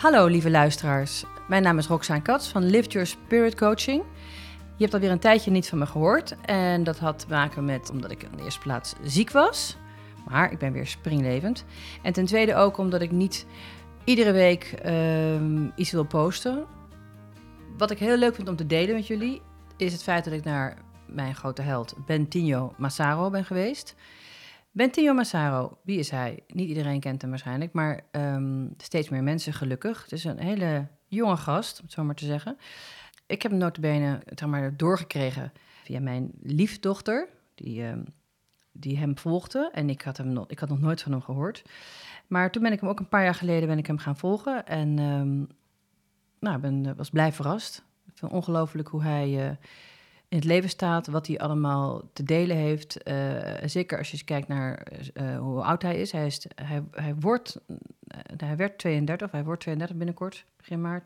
Hallo lieve luisteraars, mijn naam is Roxane Kats van Lift Your Spirit Coaching. Je hebt alweer een tijdje niet van me gehoord en dat had te maken met omdat ik in de eerste plaats ziek was. Maar ik ben weer springlevend. En ten tweede ook omdat ik niet iedere week iets wil posten. Wat ik heel leuk vind om te delen met jullie is het feit dat ik naar mijn grote held Bentinho Massaro ben geweest. Bentinho Massaro, wie is hij? Niet iedereen kent hem waarschijnlijk, maar steeds meer mensen gelukkig. Het is een hele jonge gast, om het zo maar te zeggen. Ik heb hem notabene doorgekregen via mijn liefdochter, die hem volgde. En ik had nog nooit van hem gehoord. Maar toen ben ik hem ook een paar jaar geleden gaan volgen. En was blij verrast. Ik vind het ongelooflijk hoe hij in het leven staat, wat hij allemaal te delen heeft. Zeker als je kijkt naar hoe oud hij is. Hij werd 32, hij wordt 32 binnenkort, begin maart.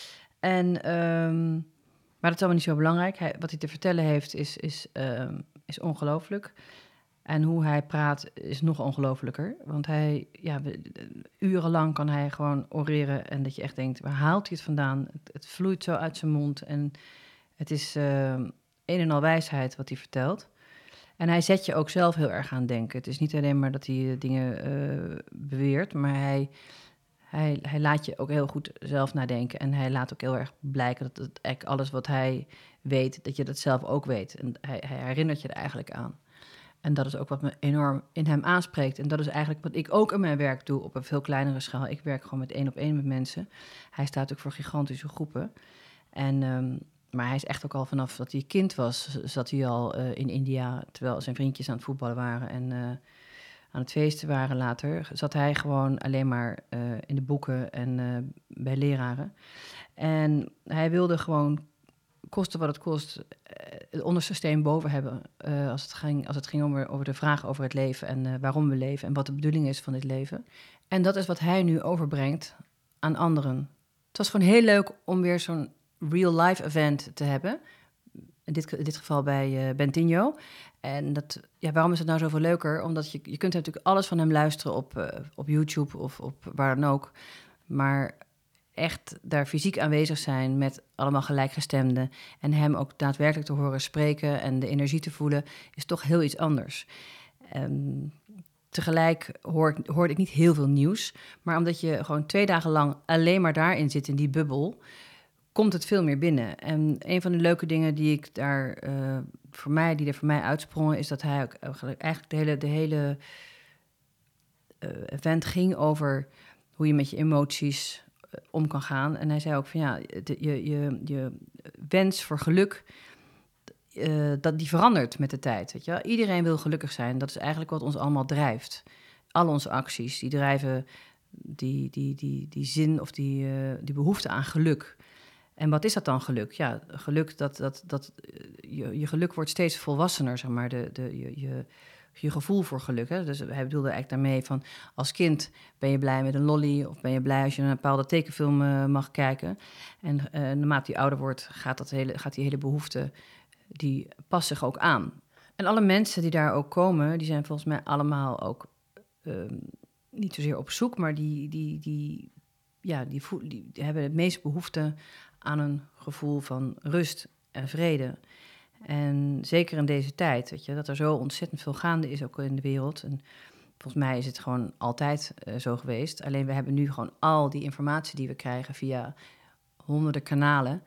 Maar dat is allemaal niet zo belangrijk. Wat hij te vertellen heeft is ongelooflijk. En hoe hij praat is nog ongelooflijker. Want urenlang kan hij gewoon oreren en dat je echt denkt, waar haalt hij het vandaan? Het vloeit zo uit zijn mond en het is een en al wijsheid wat hij vertelt. En hij zet je ook zelf heel erg aan het denken. Het is niet alleen maar dat hij dingen beweert, maar hij laat je ook heel goed zelf nadenken. En hij laat ook heel erg blijken dat het eigenlijk alles wat hij weet, dat je dat zelf ook weet. En hij herinnert je er eigenlijk aan. En dat is ook wat me enorm in hem aanspreekt. En dat is eigenlijk wat ik ook in mijn werk doe op een veel kleinere schaal. Ik werk gewoon met 1-op-1 met mensen. Hij staat ook voor gigantische groepen. Maar hij is echt ook al vanaf dat hij kind was, zat hij al in India, terwijl zijn vriendjes aan het voetballen waren en aan het feesten waren later, zat hij gewoon alleen maar in de boeken en bij leraren. En hij wilde gewoon, koste wat het kost, het onderste steen boven hebben als het ging over de vraag over het leven en waarom we leven en wat de bedoeling is van dit leven. En dat is wat hij nu overbrengt aan anderen. Het was gewoon heel leuk om weer zo'n real-life event te hebben. In dit geval bij Bentinho. En waarom is het nou zoveel leuker? Omdat je kunt natuurlijk alles van hem luisteren op YouTube of op waar dan ook. Maar echt daar fysiek aanwezig zijn met allemaal gelijkgestemden en hem ook daadwerkelijk te horen spreken en de energie te voelen, is toch heel iets anders. Tegelijk hoorde ik niet heel veel nieuws, maar omdat je gewoon 2 dagen lang alleen maar daarin zit, in die bubbel, komt het veel meer binnen. En een van de leuke dingen die ik daar die er voor mij uitsprongen, is dat hij ook eigenlijk de hele event ging over hoe je met je emoties om kan gaan. En hij zei ook van je wens voor geluk, die verandert met de tijd. Weet je wel? Iedereen wil gelukkig zijn. Dat is eigenlijk wat ons allemaal drijft. Al onze acties, die drijven die zin of die behoefte aan geluk. En wat is dat dan geluk? Ja, geluk, je geluk wordt steeds volwassener, zeg maar, je gevoel voor geluk. Hè? Dus hij bedoelde eigenlijk daarmee van, als kind ben je blij met een lolly, of ben je blij als je een bepaalde tekenfilm mag kijken. En naarmate je ouder wordt, gaat die hele behoefte, die past zich ook aan. En alle mensen die daar ook komen, die zijn volgens mij allemaal ook niet zozeer op zoek, maar die hebben het meest behoefte aan een gevoel van rust en vrede. En zeker in deze tijd, weet je, dat er zo ontzettend veel gaande is ook in de wereld. En volgens mij is het gewoon altijd zo geweest. Alleen we hebben nu gewoon al die informatie die we krijgen via honderden kanalen.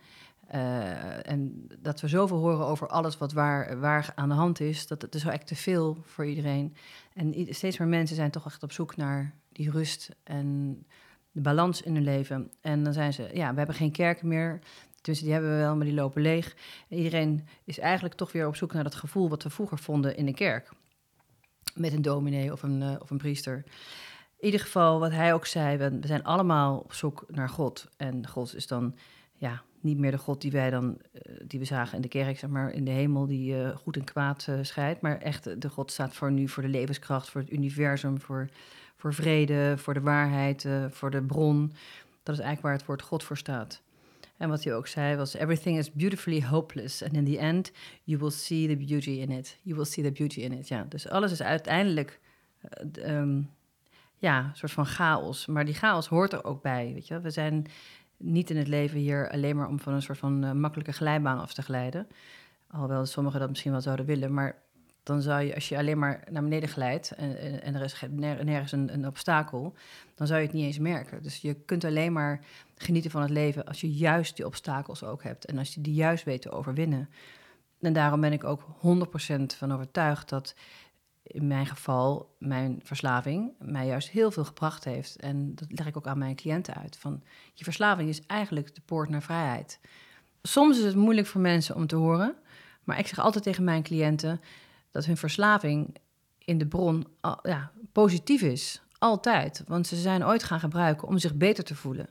En dat we zoveel horen over alles wat waar aan de hand is, dat het is wel echt te veel voor iedereen. En steeds meer mensen zijn toch echt op zoek naar die rust en de balans in hun leven. En dan zijn ze, we hebben geen kerken meer. Tenminste, die hebben we wel, maar die lopen leeg. En iedereen is eigenlijk toch weer op zoek naar dat gevoel wat we vroeger vonden in de kerk. Met een dominee of een priester. In ieder geval, wat hij ook zei, we zijn allemaal op zoek naar God. En God is dan niet meer de God die we zagen in de kerk, zeg maar, in de hemel, die goed en kwaad scheidt. Maar echt, de God staat voor de levenskracht, voor het universum, voor vrede, voor de waarheid, voor de bron. Dat is eigenlijk waar het woord God voor staat. En wat hij ook zei was, everything is beautifully hopeless. And in the end, you will see the beauty in it. You will see the beauty in it, ja. Dus alles is uiteindelijk een soort van chaos. Maar die chaos hoort er ook bij, weet je. We zijn niet in het leven hier alleen maar om van een soort van makkelijke glijbaan af te glijden. Alhoewel sommigen dat misschien wel zouden willen. Maar dan zou je, als je alleen maar naar beneden glijdt en er is nergens een obstakel, dan zou je het niet eens merken. Dus je kunt alleen maar genieten van het leven als je juist die obstakels ook hebt. En als je die juist weet te overwinnen. En daarom ben ik ook 100% van overtuigd dat in mijn geval mijn verslaving mij juist heel veel gebracht heeft. En dat leg ik ook aan mijn cliënten uit. Van, je verslaving is eigenlijk de poort naar vrijheid. Soms is het moeilijk voor mensen om te horen. Maar ik zeg altijd tegen mijn cliënten dat hun verslaving in de bron positief is. Altijd. Want ze zijn ooit gaan gebruiken om zich beter te voelen.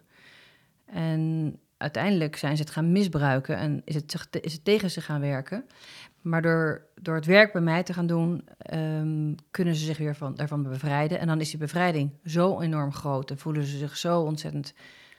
En uiteindelijk zijn ze het gaan misbruiken en is het tegen ze gaan werken. Maar door het werk bij mij te gaan doen, kunnen ze zich weer daarvan bevrijden. En dan is die bevrijding zo enorm groot en voelen ze zich zo ontzettend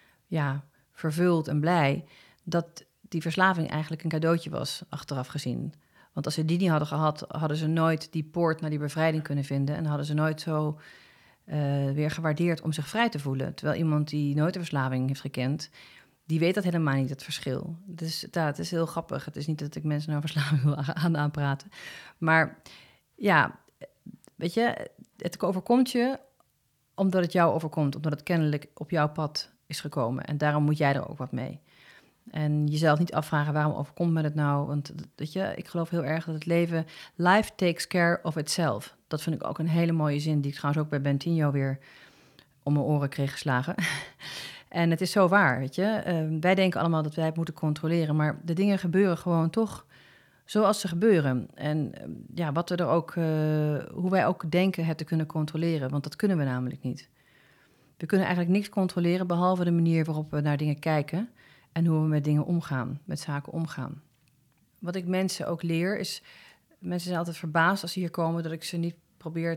vervuld en blij, dat die verslaving eigenlijk een cadeautje was, achteraf gezien. Want als ze die niet hadden gehad, hadden ze nooit die poort naar die bevrijding kunnen vinden en hadden ze nooit zo weer gewaardeerd om zich vrij te voelen. Terwijl iemand die nooit de verslaving heeft gekend, die weet dat helemaal niet, het verschil. Dus het is heel grappig. Het is niet dat ik mensen naar verslaving wil aanpraten. Maar ja, weet je, het overkomt je omdat het jou overkomt. Omdat het kennelijk op jouw pad is gekomen. En daarom moet jij er ook wat mee. En jezelf niet afvragen, waarom overkomt me het nou? Want weet je, ik geloof heel erg dat het leven, life takes care of itself. Dat vind ik ook een hele mooie zin, die ik trouwens ook bij Bentinho weer om mijn oren kreeg geslagen. En het is zo waar, weet je. Wij denken allemaal dat wij het moeten controleren, maar de dingen gebeuren gewoon toch zoals ze gebeuren. En wat we er ook, hoe wij ook denken het te kunnen controleren, want dat kunnen we namelijk niet. We kunnen eigenlijk niks controleren, behalve de manier waarop we naar dingen kijken en hoe we met dingen omgaan, met zaken omgaan. Wat ik mensen ook leer is, mensen zijn altijd verbaasd als ze hier komen, dat ik ze niet probeer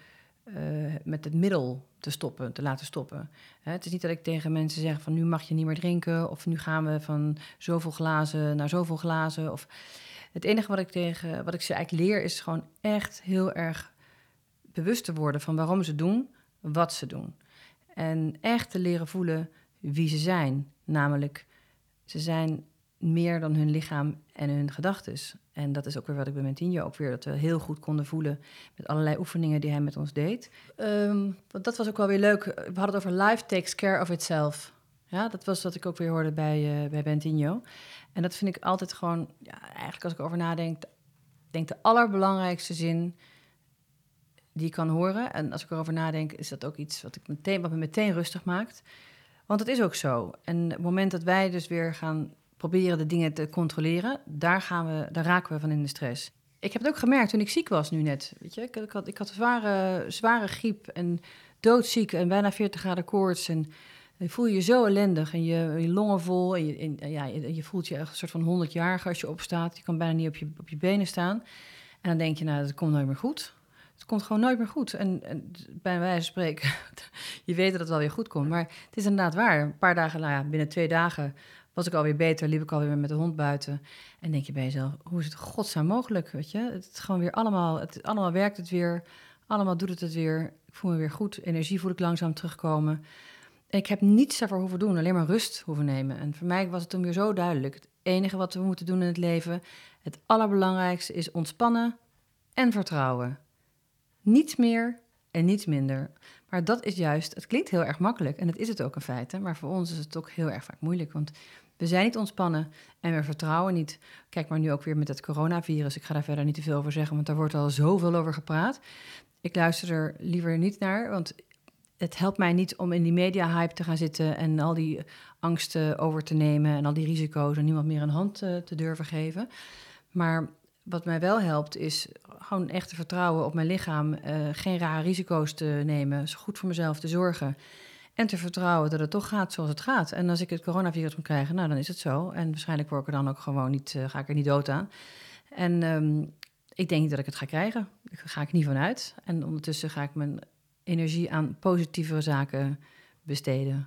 met het middel te laten stoppen. Het is niet dat ik tegen mensen zeg van nu mag je niet meer drinken, of nu gaan we van zoveel glazen naar zoveel glazen. Of het enige wat ik ze eigenlijk leer is gewoon echt heel erg bewust te worden van waarom ze doen wat ze doen. En echt te leren voelen wie ze zijn. Namelijk, ze zijn meer dan hun lichaam en hun gedachtes. En dat is ook weer wat ik bij Bentinho ook weer dat we heel goed konden voelen met allerlei oefeningen die hij met ons deed. Want dat was ook wel weer leuk. We hadden het over life takes care of itself. Ja, dat was wat ik ook weer hoorde bij Bentinho. En dat vind ik altijd gewoon, eigenlijk als ik over nadenk, de allerbelangrijkste zin die ik kan horen. En als ik erover nadenk, is dat ook iets wat me meteen rustig maakt. Want het is ook zo. En op het moment dat wij dus weer gaan proberen de dingen te controleren, daar raken we van in de stress. Ik heb het ook gemerkt toen ik ziek was nu net. Weet je? Ik had zware griep en doodziek en bijna 40 graden koorts. En je voel je zo ellendig en je longen vol. En je voelt je echt een soort van 100-jarige als je opstaat. Je kan bijna niet op je benen staan. En dan denk je, dat komt nooit meer goed. Het komt gewoon nooit meer goed. En bij wijze van spreken, je weet dat het wel weer goed komt. Maar het is inderdaad waar. Een paar dagen, binnen 2 dagen was ik alweer beter. Liep ik alweer met de hond buiten. En denk je bij jezelf, hoe is het godsnaam mogelijk, weet je? Het is gewoon weer allemaal werkt het weer. Allemaal doet het weer. Ik voel me weer goed. Energie voel ik langzaam terugkomen. En ik heb niets daarvoor hoeven doen. Alleen maar rust hoeven nemen. En voor mij was het toen weer zo duidelijk. Het enige wat we moeten doen in het leven, het allerbelangrijkste is ontspannen en vertrouwen. Niets meer en niets minder. Maar dat is juist, het klinkt heel erg makkelijk en dat is het ook in feite. Maar voor ons is het ook heel erg vaak moeilijk, want we zijn niet ontspannen en we vertrouwen niet. Kijk maar nu ook weer met het coronavirus. Ik ga daar verder niet te veel over zeggen, want daar wordt al zoveel over gepraat. Ik luister er liever niet naar, want het helpt mij niet om in die media-hype te gaan zitten en al die angsten over te nemen en al die risico's en niemand meer een hand te durven geven. Maar wat mij wel helpt is gewoon echt te vertrouwen op mijn lichaam. Geen rare risico's te nemen. Goed voor mezelf te zorgen. En te vertrouwen dat het toch gaat zoals het gaat. En als ik het coronavirus moet krijgen, dan is het zo. En waarschijnlijk word ik er dan ook gewoon niet, ga ik er niet dood aan. En ik denk niet dat ik het ga krijgen. Daar ga ik niet van uit. En ondertussen ga ik mijn energie aan positievere zaken besteden.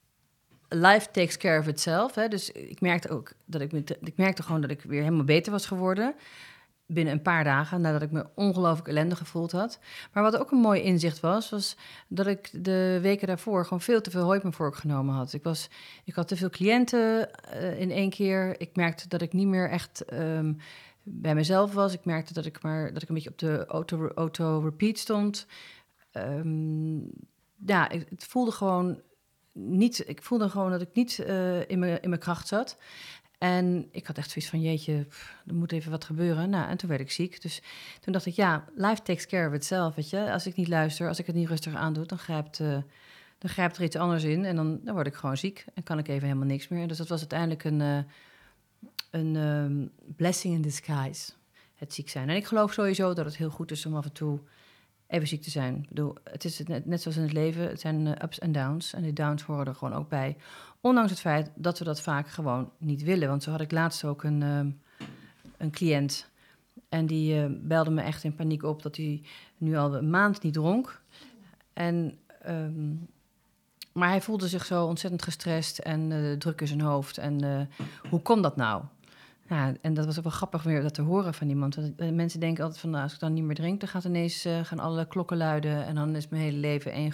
Life takes care of itself. Hè? Dus ik merkte ook ik merkte gewoon dat ik weer helemaal beter was geworden. binnen een paar dagen, nadat ik me ongelooflijk ellendig gevoeld had. Maar wat ook een mooi inzicht was dat ik de weken daarvoor gewoon veel te veel hooipenvork genomen had. Ik had te veel cliënten in één keer. Ik merkte dat ik niet meer echt bij mezelf was. Ik merkte dat ik een beetje op de auto-repeat stond. Het voelde gewoon niet. Ik voelde gewoon dat ik niet in mijn kracht zat. En ik had echt zoiets van, jeetje, er moet even wat gebeuren. Nou, en toen werd ik ziek. Dus toen dacht ik, ja, life takes care of itself, weet je. Als ik niet luister, als ik het niet rustig aandoe, dan grijpt er iets anders in. En dan word ik gewoon ziek en kan ik even helemaal niks meer. Dus dat was uiteindelijk een blessing in disguise, het ziek zijn. En ik geloof sowieso dat het heel goed is om af en toe even ziek te zijn. Ik bedoel, het is net zoals in het leven, het zijn ups en downs. En die downs horen er gewoon ook bij. Ondanks het feit dat we dat vaak gewoon niet willen. Want zo had ik laatst ook een cliënt. En die belde me echt in paniek op dat hij nu al een maand niet dronk. Maar hij voelde zich zo ontzettend gestrest en druk in zijn hoofd. En hoe kon dat nou? Ja, en dat was ook wel grappig weer dat te horen van iemand. Want mensen denken altijd van, nou, als ik dan niet meer drink, dan gaat ineens gaan alle klokken luiden. En dan is mijn hele leven één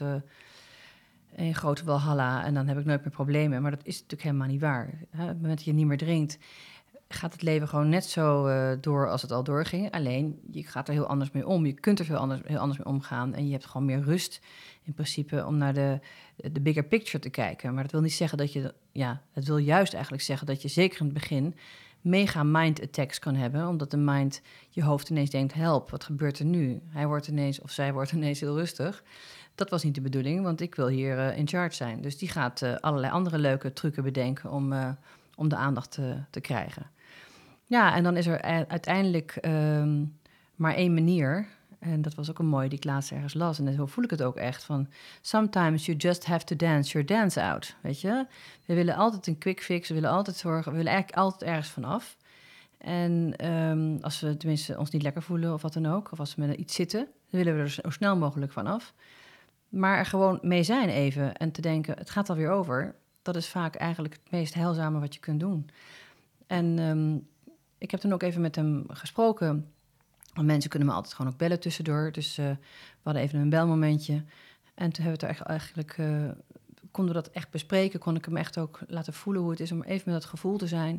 grote walhalla. En dan heb ik nooit meer problemen. Maar dat is natuurlijk helemaal niet waar. Hè? Op het moment dat je niet meer drinkt, gaat het leven gewoon net zo door als het al doorging. Alleen, je gaat er heel anders mee om. Je kunt er heel anders mee omgaan. En je hebt gewoon meer rust in principe om naar de bigger picture te kijken. Maar dat wil niet zeggen dat je... Ja, het wil juist eigenlijk zeggen dat je zeker in het begin mega mind attacks kan hebben. Omdat de mind, je hoofd ineens denkt, help, wat gebeurt er nu? Hij wordt ineens, of zij wordt ineens heel rustig. Dat was niet de bedoeling, want ik wil hier in charge zijn. Dus die gaat allerlei andere leuke trucken bedenken om de aandacht te krijgen. Ja, en dan is er uiteindelijk maar één manier. En dat was ook een mooie die ik laatst ergens las. En zo voel ik het ook echt van... Sometimes you just have to dance your dance out, weet je? We willen altijd een quick fix, we willen altijd zorgen... we willen eigenlijk altijd ergens vanaf. En als we tenminste ons niet lekker voelen of wat dan ook... of als we met iets zitten, dan willen we er zo snel mogelijk vanaf. Maar er gewoon mee zijn even en te denken... het gaat alweer over. Dat is vaak eigenlijk het meest heilzame wat je kunt doen. En... ik heb toen ook even met hem gesproken. Want mensen kunnen me altijd gewoon ook bellen tussendoor. Dus we hadden even een belmomentje. En toen hebben we het er eigenlijk... konden we dat echt bespreken. Kon ik hem echt ook laten voelen hoe het is om even met dat gevoel te zijn.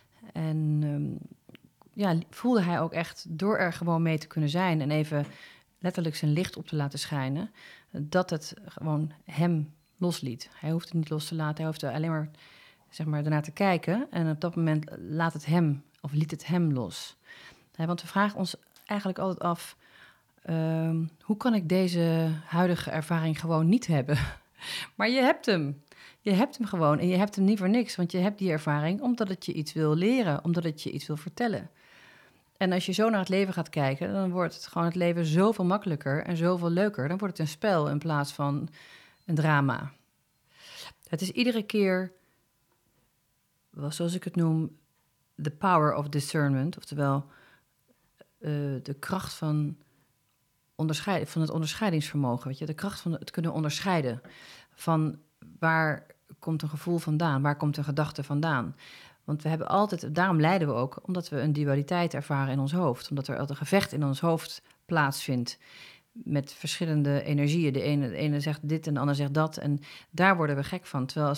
En voelde hij ook echt door er gewoon mee te kunnen zijn... en even letterlijk zijn licht op te laten schijnen... dat het gewoon hem losliet. Hij hoefde het niet los te laten. Hij hoefde alleen maar, zeg maar, ernaar te kijken. En op dat moment liet het hem los. Want we vragen ons eigenlijk altijd af... hoe kan ik deze huidige ervaring gewoon niet hebben? Maar je hebt hem. Je hebt hem gewoon en je hebt hem niet voor niks. Want je hebt die ervaring omdat het je iets wil leren. Omdat het je iets wil vertellen. En als je zo naar het leven gaat kijken... dan wordt het gewoon het leven zoveel makkelijker en zoveel leuker. Dan wordt het een spel in plaats van een drama. Het is iedere keer, zoals ik het noem... the power of discernment, oftewel de kracht van het onderscheidingsvermogen. Weet je? De kracht van het kunnen onderscheiden van waar komt een gevoel vandaan, waar komt een gedachte vandaan. Want we hebben altijd, daarom lijden we ook, omdat we een dualiteit ervaren in ons hoofd. Omdat er altijd een gevecht in ons hoofd plaatsvindt met verschillende energieën. De ene zegt dit en de ander zegt dat. En daar worden we gek van. Terwijl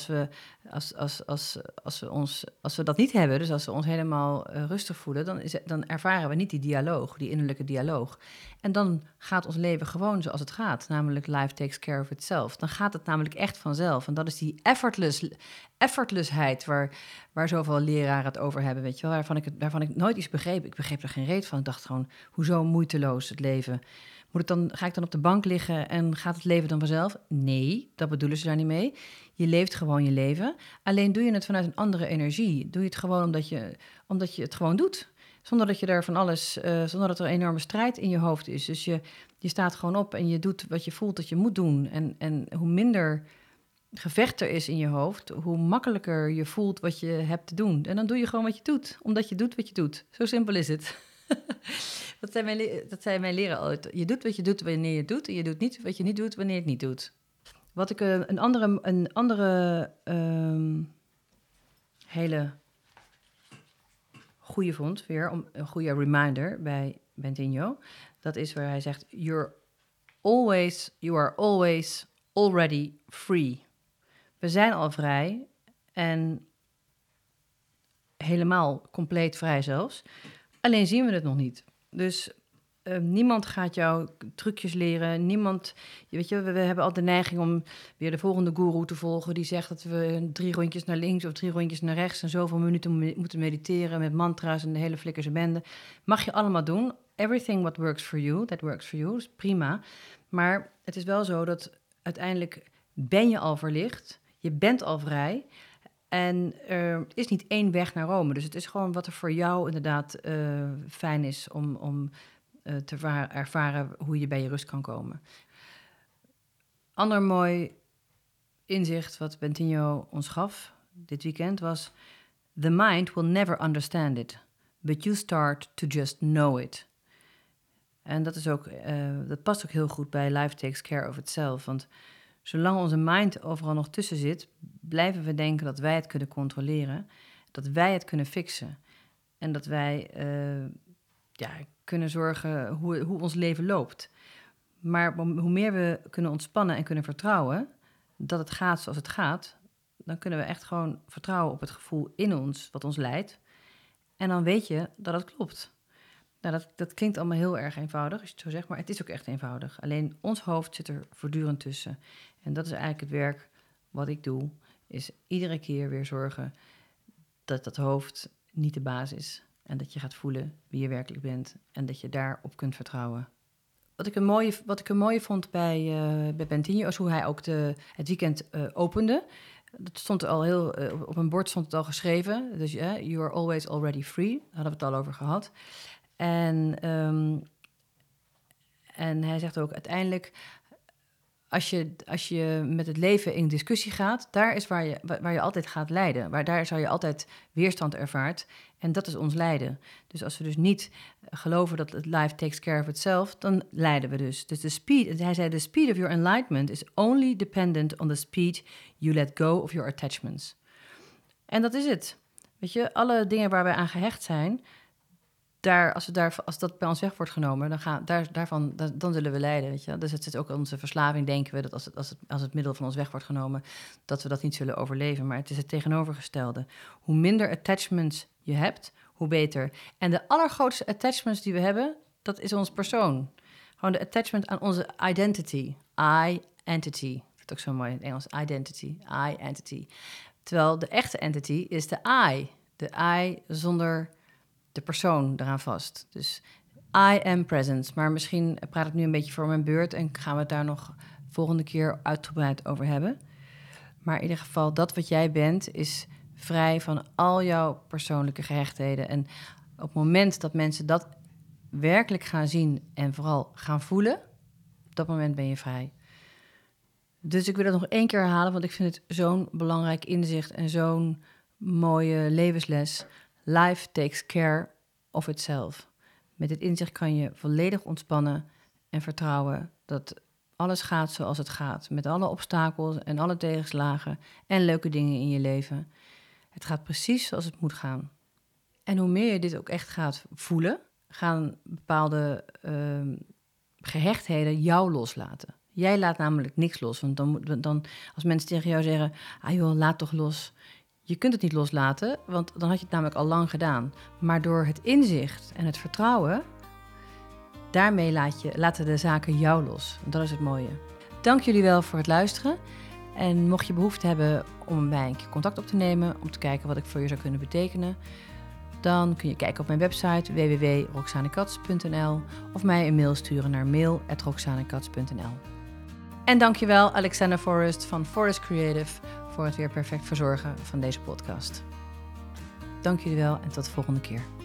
als we dat niet hebben, dus als we ons helemaal rustig voelen... dan ervaren we niet die dialoog, die innerlijke dialoog. En dan gaat ons leven gewoon zoals het gaat. Namelijk life takes care of itself. Dan gaat het namelijk echt vanzelf. En dat is die effortlessheid waar zoveel leraren het over hebben. Weet je wel? Waarvan ik nooit iets begreep. Ik begreep er geen reet van. Ik dacht gewoon, hoezo moeiteloos het leven... Ga ik dan op de bank liggen en gaat het leven dan vanzelf? Nee, dat bedoelen ze daar niet mee. Je leeft gewoon je leven. Alleen doe je het vanuit een andere energie. Doe je het gewoon omdat je het gewoon doet. Zonder dat je er van alles, zonder dat er een enorme strijd in je hoofd is. Dus je staat gewoon op en je doet wat je voelt dat je moet doen. En hoe minder gevecht er is in je hoofd, hoe makkelijker je voelt wat je hebt te doen. En dan doe je gewoon wat je doet, omdat je doet wat je doet. Zo simpel is het. Dat zei mijn leraar altijd. Je doet wat je doet wanneer je het doet... en je doet niet wat je niet doet wanneer je het niet doet. Wat ik een andere hele goede vond, weer een goede reminder bij Bentinho. Dat is waar hij zegt, you are always already free. We zijn al vrij en helemaal compleet vrij zelfs. Alleen zien we het nog niet. Dus niemand gaat jou trucjes leren. Niemand, weet je, we hebben al de neiging om weer de volgende goeroe te volgen. Die zegt dat we 3 rondjes naar links of 3 rondjes naar rechts en zoveel minuten moeten mediteren met mantra's en de hele flikkerse bende. Mag je allemaal doen. Everything what works for you, that works for you. Is prima. Maar het is wel zo dat uiteindelijk ben je al verlicht. Je bent al vrij. En er is niet 1 weg naar Rome. Dus het is gewoon wat er voor jou inderdaad fijn is om te ervaren hoe je bij je rust kan komen. Ander mooi inzicht wat Bentinho ons gaf dit weekend was: the mind will never understand it, but you start to just know it. En dat is ook, dat past ook heel goed bij Life Takes Care of Itself. Want zolang onze mind overal nog tussen zit, blijven we denken dat wij het kunnen controleren, dat wij het kunnen fixen en dat wij kunnen zorgen hoe ons leven loopt. Maar hoe meer we kunnen ontspannen en kunnen vertrouwen dat het gaat zoals het gaat, dan kunnen we echt gewoon vertrouwen op het gevoel in ons wat ons leidt. En dan weet je dat het klopt. Nou, dat klinkt allemaal heel erg eenvoudig, als je het zo zegt, maar het is ook echt eenvoudig. Alleen ons hoofd zit er voortdurend tussen. En dat is eigenlijk het werk wat ik doe, is iedere keer weer zorgen dat dat hoofd niet de baas is. En dat je gaat voelen wie je werkelijk bent en dat je daarop kunt vertrouwen. Wat ik een mooie vond bij Bentinho is hoe hij ook het weekend opende. Dat stond al heel, op een bord stond het al geschreven. Dus you are always already free. Daar hadden we het al over gehad. En hij zegt ook uiteindelijk, als je met het leven in discussie gaat, daar is waar je altijd gaat lijden. Daar zou je altijd weerstand ervaart. En dat is ons lijden. Dus als we dus niet geloven dat het life takes care of itself, dan lijden we dus. Dus hij zei, the speed of your enlightenment is only dependent on the speed you let go of your attachments. En dat is het. Weet je, alle dingen waar wij aan gehecht zijn, als dat bij ons weg wordt genomen, dan zullen we lijden, weet je. Dus het is ook onze verslaving, denken we, dat als het middel van ons weg wordt genomen, dat we dat niet zullen overleven. Maar het is het tegenovergestelde. Hoe minder attachments je hebt, hoe beter. En de allergrootste attachments die we hebben, dat is ons persoon. Gewoon de attachment aan onze identity. I-entity. Dat is ook zo mooi in het Engels. Identity. I-entity. Terwijl de echte entity is de I. De I zonder de persoon eraan vast. Dus I am presence. Maar misschien praat ik nu een beetje voor mijn beurt en gaan we het daar nog volgende keer uitgebreid over hebben. Maar in ieder geval, dat wat jij bent is vrij van al jouw persoonlijke gehechtheden. En op het moment dat mensen dat werkelijk gaan zien en vooral gaan voelen, op dat moment ben je vrij. Dus ik wil dat nog 1 keer herhalen, want ik vind het zo'n belangrijk inzicht en zo'n mooie levensles. Life takes care of itself. Met dit inzicht kan je volledig ontspannen en vertrouwen dat alles gaat zoals het gaat. Met alle obstakels en alle tegenslagen en leuke dingen in je leven. Het gaat precies zoals het moet gaan. En hoe meer je dit ook echt gaat voelen, gaan bepaalde gehechtheden jou loslaten. Jij laat namelijk niks los. Want dan als mensen tegen jou zeggen, ah joh, laat toch los. Je kunt het niet loslaten, want dan had je het namelijk al lang gedaan. Maar door het inzicht en het vertrouwen, daarmee laten de zaken jou los. Dat is het mooie. Dank jullie wel voor het luisteren. En mocht je behoefte hebben om met mij een keer contact op te nemen, om te kijken wat ik voor je zou kunnen betekenen, dan kun je kijken op mijn website www.roxanekats.nl of mij een mail sturen naar mail@roxanekats.nl. En dankjewel Alexander Forrest van Forrest Creative voor het weer perfect verzorgen van deze podcast. Dank jullie wel en tot de volgende keer.